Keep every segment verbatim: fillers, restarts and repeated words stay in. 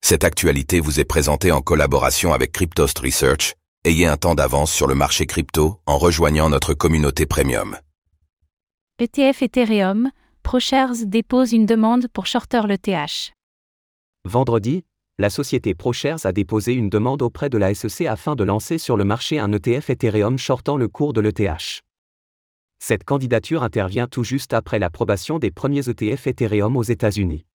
Cette actualité vous est présentée en collaboration avec Cryptost Research. Ayez un temps d'avance sur le marché crypto en rejoignant notre communauté premium. E T F Ethereum, ProShares dépose une demande pour shorter l'E T H. Vendredi, la société ProShares a déposé une demande auprès de la S E C afin de lancer sur le marché un E T F Ethereum shortant le cours de l'E T H. Cette candidature intervient tout juste après l'approbation des premiers E T F Ethereum aux États-Unis.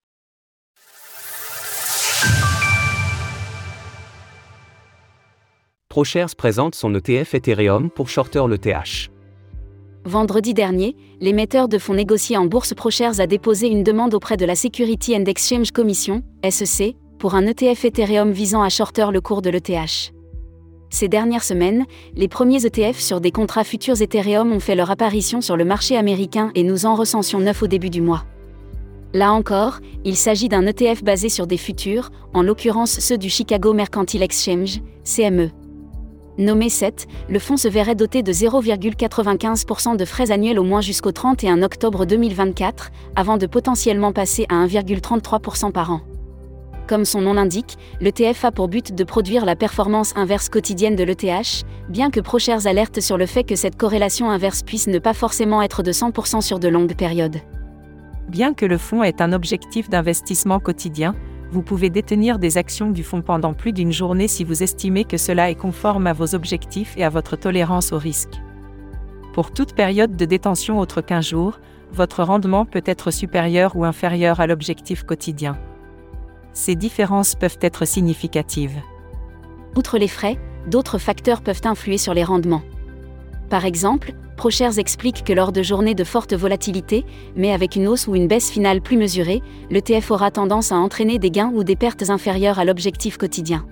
ProShares présente son E T F Ethereum pour shorter l'E T H. Vendredi dernier, l'émetteur de fonds négociés en bourse ProShares a déposé une demande auprès de la Security and Exchange Commission, S E C, pour un E T F Ethereum visant à shorter le cours de l'E T H. Ces dernières semaines, les premiers E T F sur des contrats futurs Ethereum ont fait leur apparition sur le marché américain et nous en recensions neuf au début du mois. Là encore, il s'agit d'un E T F basé sur des futurs, en l'occurrence ceux du Chicago Mercantile Exchange, C M E. Nommé S E T, le fonds se verrait doté de zéro virgule quatre-vingt-quinze pour cent de frais annuels au moins jusqu'au trente et un octobre deux mille vingt-quatre, avant de potentiellement passer à un virgule trente-trois pour cent par an. Comme son nom l'indique, l'E T F a pour but de produire la performance inverse quotidienne de l'E T H, bien que ProShares alerte sur le fait que cette corrélation inverse puisse ne pas forcément être de cent pour cent sur de longues périodes. Bien que le fonds ait un objectif d'investissement quotidien, vous pouvez détenir des actions du fonds pendant plus d'une journée si vous estimez que cela est conforme à vos objectifs et à votre tolérance au risque. Pour toute période de détention autre qu'un jour, votre rendement peut être supérieur ou inférieur à l'objectif quotidien. Ces différences peuvent être significatives. Outre les frais, d'autres facteurs peuvent influer sur les rendements. Par exemple, ProShares explique que lors de journées de forte volatilité, mais avec une hausse ou une baisse finale plus mesurée, l'E T F aura tendance à entraîner des gains ou des pertes inférieures à l'objectif quotidien.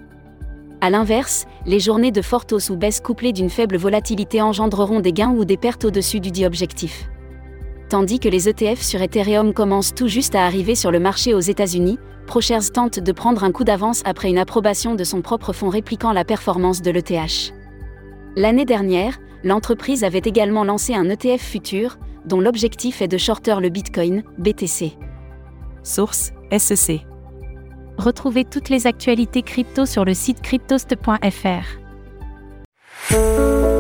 A l'inverse, les journées de forte hausse ou baisse couplées d'une faible volatilité engendreront des gains ou des pertes au-dessus du dit objectif. Tandis que les E T F sur Ethereum commencent tout juste à arriver sur le marché aux États-Unis, ProShares tente de prendre un coup d'avance après une approbation de son propre fonds répliquant la performance de l'E T H. L'année dernière, l'entreprise avait également lancé un E T F futur, dont l'objectif est de shorter le Bitcoin, B T C. Source, S E C. Retrouvez toutes les actualités crypto sur le site cryptost point f r.